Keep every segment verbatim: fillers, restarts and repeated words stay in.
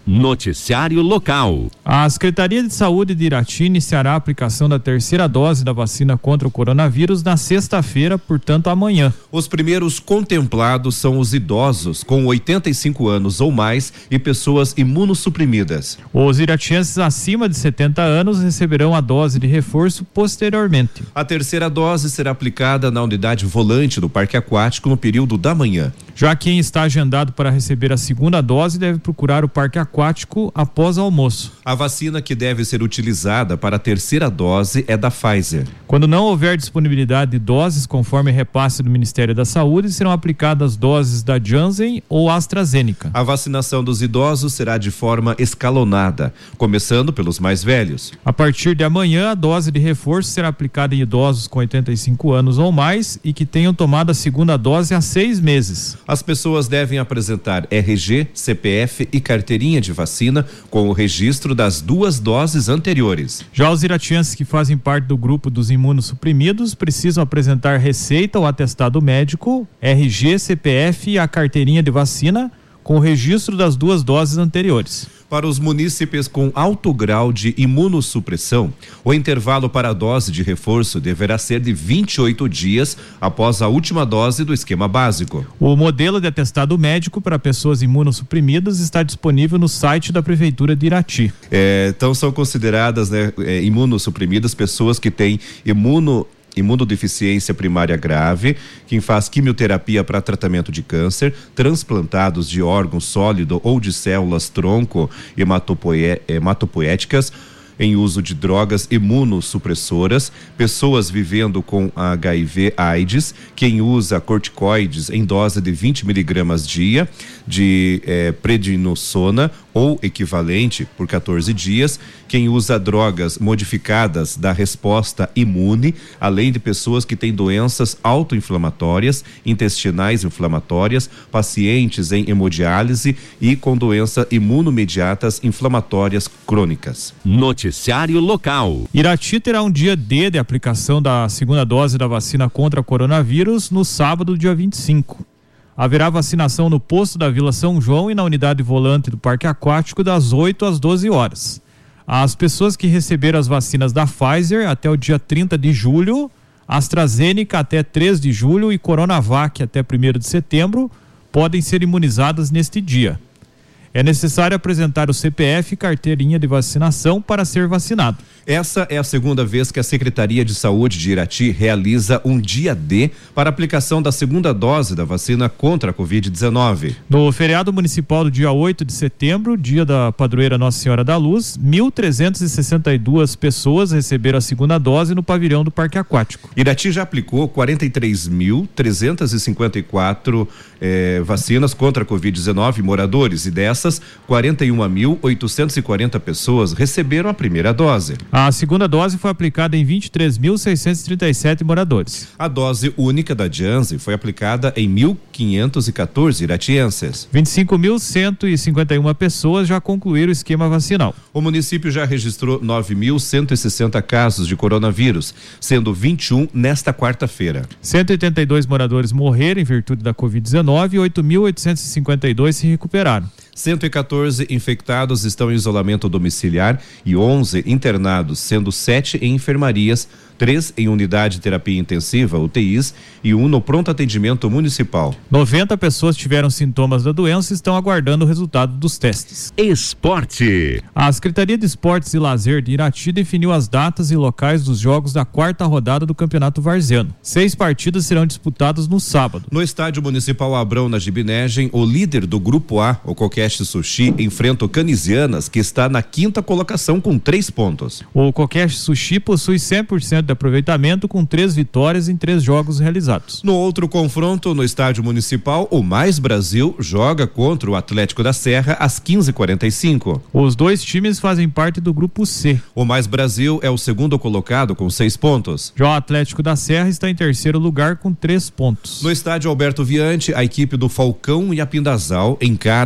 Noticiário local. A Secretaria de Saúde de Irati iniciará a aplicação da terceira dose da vacina contra o coronavírus na sexta-feira, portanto amanhã. Os primeiros contemplados são os idosos com oitenta e cinco anos ou mais e pessoas imunossuprimidas. Os iratienses acima de setenta anos receberão a dose de reforço posteriormente. A terceira dose será aplicada na unidade volante do Parque Aquático no período da manhã. Já quem está agendado para receber a segunda dose deve procurar o Parque Aquático após almoço. A vacina que deve ser utilizada para a terceira dose é da Pfizer. Quando não houver disponibilidade de doses conforme repasse do Ministério da Saúde, serão aplicadas doses da Janssen ou AstraZeneca. A vacinação dos idosos será de forma escalonada, começando pelos mais velhos. A partir de amanhã, a dose de reforço será aplicada em idosos com oitenta e cinco anos ou mais e que tenham tomado a segunda dose há seis meses. As pessoas devem apresentar R G, C P F e carteirinha de vacina com o registro das duas doses anteriores. Já os iratienses que fazem parte do grupo dos imunossuprimidos precisam apresentar receita ou atestado médico, R G, C P F e a carteirinha de vacina com o registro das duas doses anteriores. Para os munícipes com alto grau de imunossupressão, o intervalo para a dose de reforço deverá ser de vinte e oito dias após a última dose do esquema básico. O modelo de atestado médico para pessoas imunossuprimidas está disponível no site da Prefeitura de Irati. É, então são consideradas, né, é, imunossuprimidas pessoas que têm imuno imunodeficiência primária grave, quem faz quimioterapia para tratamento de câncer, transplantados de órgão sólido ou de células tronco hematopoé, hematopoéticas em uso de drogas imunossupressoras, pessoas vivendo com H I V AIDS, quem usa corticoides em dose de vinte miligramas dia de eh, prednisona ou equivalente por quatorze dias, quem usa drogas modificadas da resposta imune, além de pessoas que têm doenças autoinflamatórias, intestinais inflamatórias, pacientes em hemodiálise e com doenças imunomediatas inflamatórias crônicas. Noticiário local. Irati terá um dia D de aplicação da segunda dose da vacina contra coronavírus no sábado, dia vinte e cinco. Haverá vacinação no posto da Vila São João e na unidade volante do Parque Aquático das oito às doze horas. As pessoas que receberam as vacinas da Pfizer até o dia trinta de julho, AstraZeneca até três de julho e Coronavac até primeiro de setembro podem ser imunizadas neste dia. É necessário apresentar o C P F e carteirinha de vacinação para ser vacinado. Essa é a segunda vez que a Secretaria de Saúde de Irati realiza um dia D para aplicação da segunda dose da vacina contra a covid dezenove. No feriado municipal do dia oito de setembro, dia da padroeira Nossa Senhora da Luz, mil trezentas e sessenta e duas pessoas receberam a segunda dose no pavilhão do Parque Aquático. Irati já aplicou quarenta e três mil trezentas e cinquenta e quatro eh, vacinas contra a covid dezenove moradores, e dessas quarenta e uma mil oitocentas e quarenta pessoas receberam a primeira dose. A segunda dose foi aplicada em vinte e três mil seiscentos e trinta e sete moradores. A dose única da Janssen foi aplicada em mil quinhentos e quatorze iratienses. vinte e cinco mil cento e cinquenta e uma pessoas já concluíram o esquema vacinal. O município já registrou nove mil cento e sessenta casos de coronavírus, sendo vinte e um nesta quarta-feira. cento e oitenta e dois moradores morreram em virtude da covid dezenove e oito mil oitocentos e cinquenta e dois se recuperaram. cento e quatorze infectados estão em isolamento domiciliar e onze internados, sendo sete em enfermarias, três em unidade de terapia intensiva, U T Is, e um no pronto atendimento municipal. noventa pessoas tiveram sintomas da doença e estão aguardando o resultado dos testes. Esporte. A Secretaria de Esportes e Lazer de Irati definiu as datas e locais dos jogos da quarta rodada do Campeonato Varziano. Seis partidas serão disputadas no sábado. No estádio municipal Abrão, na Gibinegem, o líder do grupo A, o Kokeshi Sushi, enfrenta o Canisianas, que está na quinta colocação com três pontos. O Kokeshi Sushi possui cem por cento de aproveitamento com três vitórias em três jogos realizados. No outro confronto, no estádio municipal, o Mais Brasil joga contra o Atlético da Serra às quinze e quarenta e cinco. Os dois times fazem parte do grupo C. O Mais Brasil é o segundo colocado com seis pontos. Já o Atlético da Serra está em terceiro lugar com três pontos. No estádio Alberto Viante, a equipe do Falcão e a Pindazal encara o Lagoa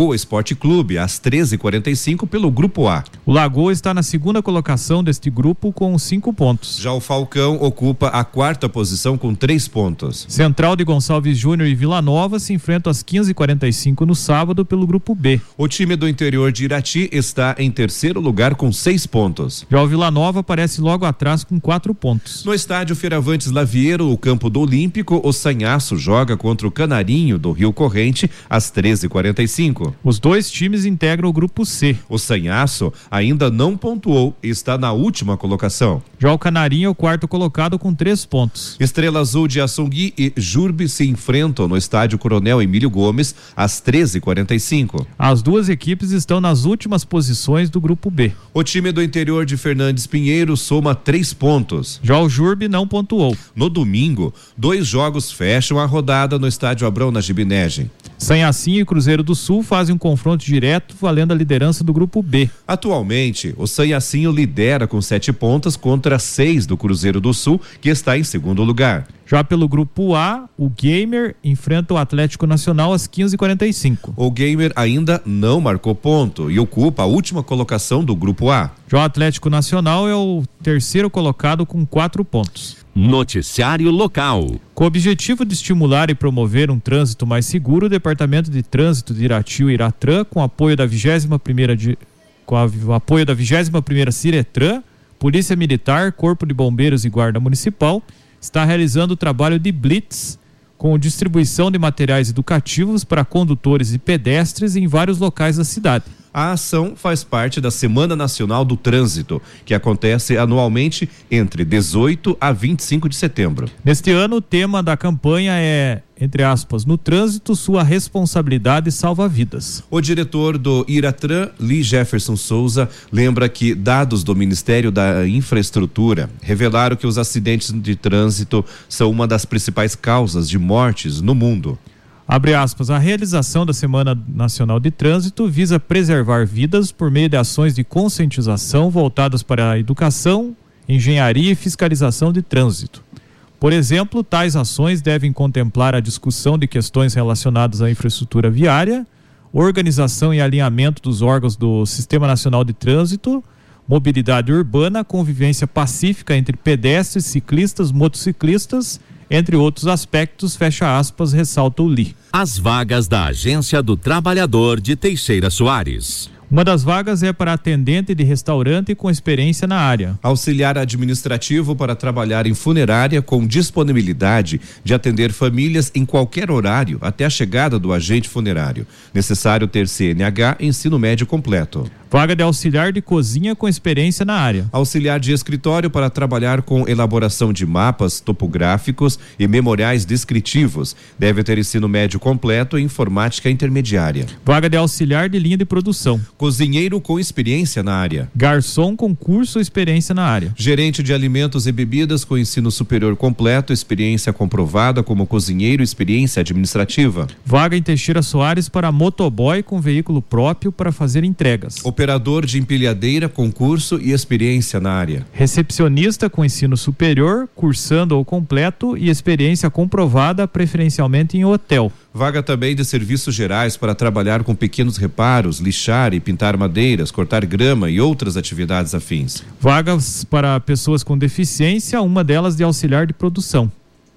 Lagoa Esporte Clube, às treze e quarenta e cinco, pelo Grupo A. O Lagoa está na segunda colocação deste grupo com cinco pontos. Já o Falcão ocupa a quarta posição com três pontos. Central de Gonçalves Júnior e Vila Nova se enfrentam às quinze e quarenta e cinco no sábado pelo Grupo B. O time do interior de Irati está em terceiro lugar com seis pontos. Já o Vila Nova aparece logo atrás com quatro pontos. No estádio Feravantes Lavieiro, o campo do Olímpico, o Sanhaço joga contra o Canarinho do Rio Corrente às treze e quarenta e cinco. Os dois times integram o Grupo C. O Sanhaço ainda não pontuou e está na última colocação. Já o Canarinho é o quarto colocado com três pontos. Estrela Azul de Açongui e Jurbe se enfrentam no estádio Coronel Emílio Gomes às treze e quarenta e cinco. As duas equipes estão nas últimas posições do Grupo B. O time do interior de Fernandes Pinheiro soma três pontos. Já o Jurbe não pontuou. No domingo, dois jogos fecham a rodada no estádio Abrão na Gibinegem. Sanhacinho e Cruzeiro do Sul fazem um confronto direto valendo a liderança do Grupo B. Atualmente, o Sanhacinho lidera com sete pontos contra seis do Cruzeiro do Sul, que está em segundo lugar. Já pelo Grupo A, o Gamer enfrenta o Atlético Nacional às quinze e quarenta e cinco. O Gamer ainda não marcou ponto e ocupa a última colocação do Grupo A. Já o Atlético Nacional é o terceiro colocado com quatro pontos. Noticiário local. Com o objetivo de estimular e promover um trânsito mais seguro, o Departamento de Trânsito de Irati e Iratran, com apoio da vigésima primeira de, com a, o apoio da vigésima primeira Ciretran, Polícia Militar, Corpo de Bombeiros e Guarda Municipal, está realizando o trabalho de blitz com distribuição de materiais educativos para condutores e pedestres em vários locais da cidade. A ação faz parte da Semana Nacional do Trânsito, que acontece anualmente entre dezoito a vinte e cinco de setembro. Neste ano, o tema da campanha é, entre aspas, no trânsito, sua responsabilidade salva vidas. O diretor do Iratran, Lee Jefferson Souza, lembra que dados do Ministério da Infraestrutura revelaram que os acidentes de trânsito são uma das principais causas de mortes no mundo. Abre aspas, a realização da Semana Nacional de Trânsito visa preservar vidas por meio de ações de conscientização voltadas para a educação, engenharia e fiscalização de trânsito. Por exemplo, tais ações devem contemplar a discussão de questões relacionadas à infraestrutura viária, organização e alinhamento dos órgãos do Sistema Nacional de Trânsito, mobilidade urbana, convivência pacífica entre pedestres, ciclistas, motociclistas, entre outros aspectos, fecha aspas, ressalta o Lee. As vagas da Agência do Trabalhador de Teixeira Soares. Uma das vagas é para atendente de restaurante com experiência na área. Auxiliar administrativo para trabalhar em funerária com disponibilidade de atender famílias em qualquer horário até a chegada do agente funerário. Necessário ter C N H e ensino médio completo. Vaga de auxiliar de cozinha com experiência na área. Auxiliar de escritório para trabalhar com elaboração de mapas topográficos e memoriais descritivos. Deve ter ensino médio completo e informática intermediária. Vaga de auxiliar de linha de produção. Cozinheiro com experiência na área. Garçom com curso ou experiência na área. Gerente de alimentos e bebidas com ensino superior completo, experiência comprovada como cozinheiro e experiência administrativa. Vaga em Teixeira Soares para motoboy com veículo próprio para fazer entregas. Operador de empilhadeira com curso e experiência na área. Recepcionista com ensino superior, cursando ou completo e experiência comprovada, preferencialmente em hotel. Vaga também de serviços gerais para trabalhar com pequenos reparos, lixar e pintar madeiras, cortar grama e outras atividades afins. Vagas para pessoas com deficiência, uma delas de auxiliar de produção.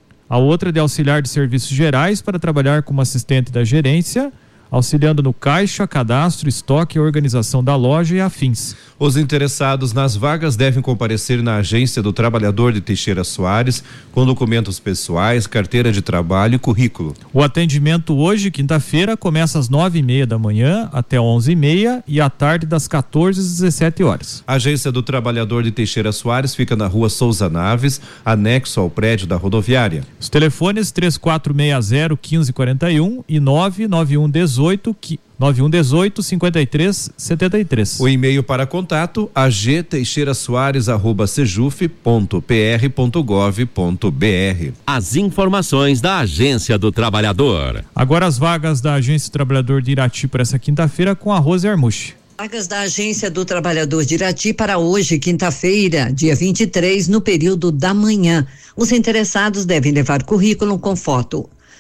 A outra de auxiliar de serviços gerais para trabalhar como assistente da gerência, auxiliando no caixa, cadastro, estoque e organização da loja e afins. Os interessados nas vagas devem comparecer na Agência do Trabalhador de Teixeira Soares com documentos pessoais, carteira de trabalho e currículo. O atendimento hoje, quinta-feira, começa às nove e meia da manhã até onze e meia e à tarde das quatorze às dezessete horas. A Agência do Trabalhador de Teixeira Soares fica na rua Souza Naves, anexo ao prédio da rodoviária. Os telefones três quatro seis zero, um cinco quatro um e nove nove um um oito nove um dezoito, cinquenta e três, setenta e três. O e-mail para contato agteixeirasoares arroba sejuf ponto pr ponto gov ponto br. As informações da Agência do Trabalhador. Agora as vagas da Agência do Trabalhador de Irati para essa quinta-feira com a Rose Armuche. Vagas da Agência do Trabalhador de Irati para hoje, quinta-feira, dia vinte e três, no período da manhã. Os interessados devem levar currículo com foto.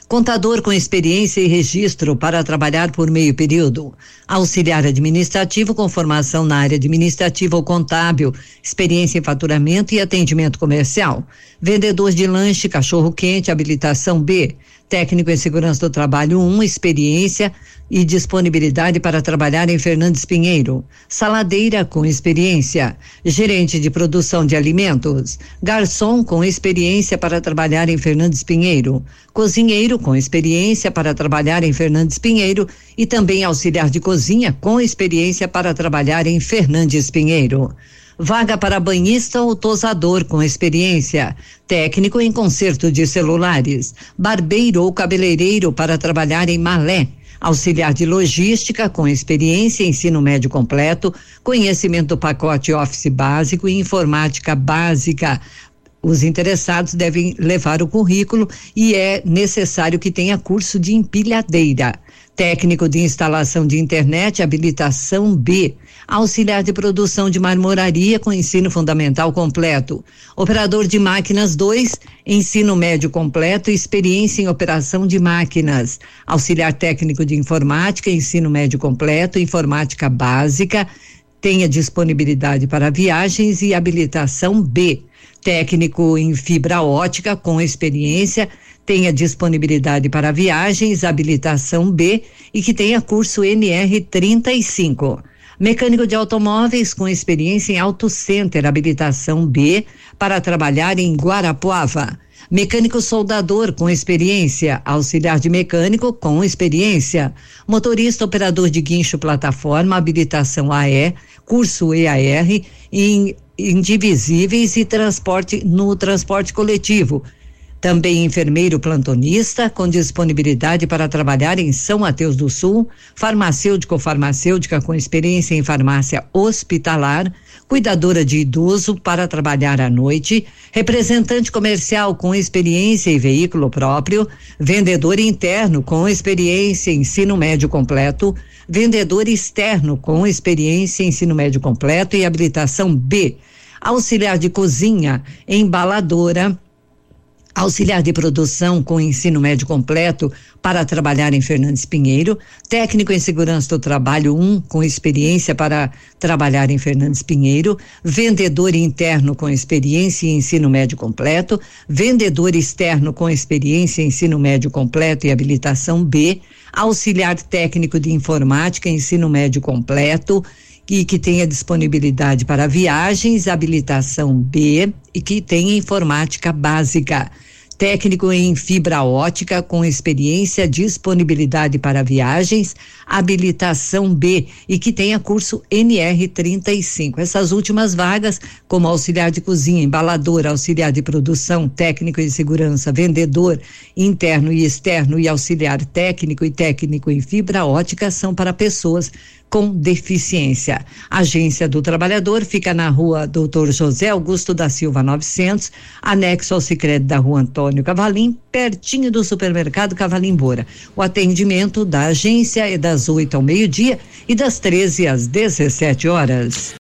Contador com experiência e registro para trabalhar por meio período. Auxiliar administrativo com formação na área administrativa ou contábil, experiência em faturamento e atendimento comercial. Vendedor de lanche, cachorro quente, habilitação B. Técnico em segurança do trabalho um, experiência e disponibilidade para trabalhar em Fernandes Pinheiro. Saladeira com experiência. Gerente de produção de alimentos. Garçom com experiência para trabalhar em Fernandes Pinheiro. Cozinheiro com experiência para trabalhar em Fernandes Pinheiro e também auxiliar de cozinha com experiência para trabalhar em Fernandes Pinheiro. Vaga para banhista ou tosador com experiência, técnico em conserto de celulares, barbeiro ou cabeleireiro para trabalhar em Malé, auxiliar de logística com experiência em ensino médio completo, conhecimento do pacote Office básico e informática básica. Os interessados devem levar o currículo e é necessário que tenha curso de empilhadeira. Técnico de instalação de internet, habilitação B. Auxiliar de produção de marmoraria com ensino fundamental completo. Operador de máquinas dois, ensino médio completo e experiência em operação de máquinas. Auxiliar técnico de informática, ensino médio completo, informática básica, tenha disponibilidade para viagens e habilitação B. Técnico em fibra ótica com experiência, tenha disponibilidade para viagens, habilitação B e que tenha curso N R trinta e cinco. Mecânico de automóveis com experiência em Auto Center, habilitação B, para trabalhar em Guarapuava. Mecânico soldador com experiência, auxiliar de mecânico com experiência. Motorista operador de guincho plataforma, habilitação A E, curso E A R, em indivisíveis e transporte no transporte coletivo. Também enfermeiro plantonista com disponibilidade para trabalhar em São Mateus do Sul, farmacêutico ou farmacêutica com experiência em farmácia hospitalar, cuidadora de idoso para trabalhar à noite, representante comercial com experiência e veículo próprio, vendedor interno com experiência em ensino médio completo, vendedor externo com experiência em ensino médio completo e habilitação B, auxiliar de cozinha, embaladora, auxiliar de produção com ensino médio completo para trabalhar em Fernandes Pinheiro, técnico em segurança do trabalho um com experiência para trabalhar em Fernandes Pinheiro, vendedor interno com experiência em ensino médio completo, vendedor externo com experiência em ensino médio completo e habilitação B, auxiliar técnico de informática ensino médio completo e que tenha disponibilidade para viagens, habilitação B e que tenha informática básica. Técnico em fibra ótica com experiência, disponibilidade para viagens, habilitação B e que tenha curso N R trinta e cinco. Essas últimas vagas, como auxiliar de cozinha, embalador, auxiliar de produção, técnico em segurança, vendedor interno e externo e auxiliar técnico e técnico em fibra ótica, são para pessoas com deficiência. A Agência do Trabalhador fica na rua Doutor José Augusto da Silva novecentos, anexo ao Sicredi da rua Antônio Cavalim, pertinho do supermercado Cavalim Bora. O atendimento da agência é das oito ao meio-dia e das treze às dezessete horas.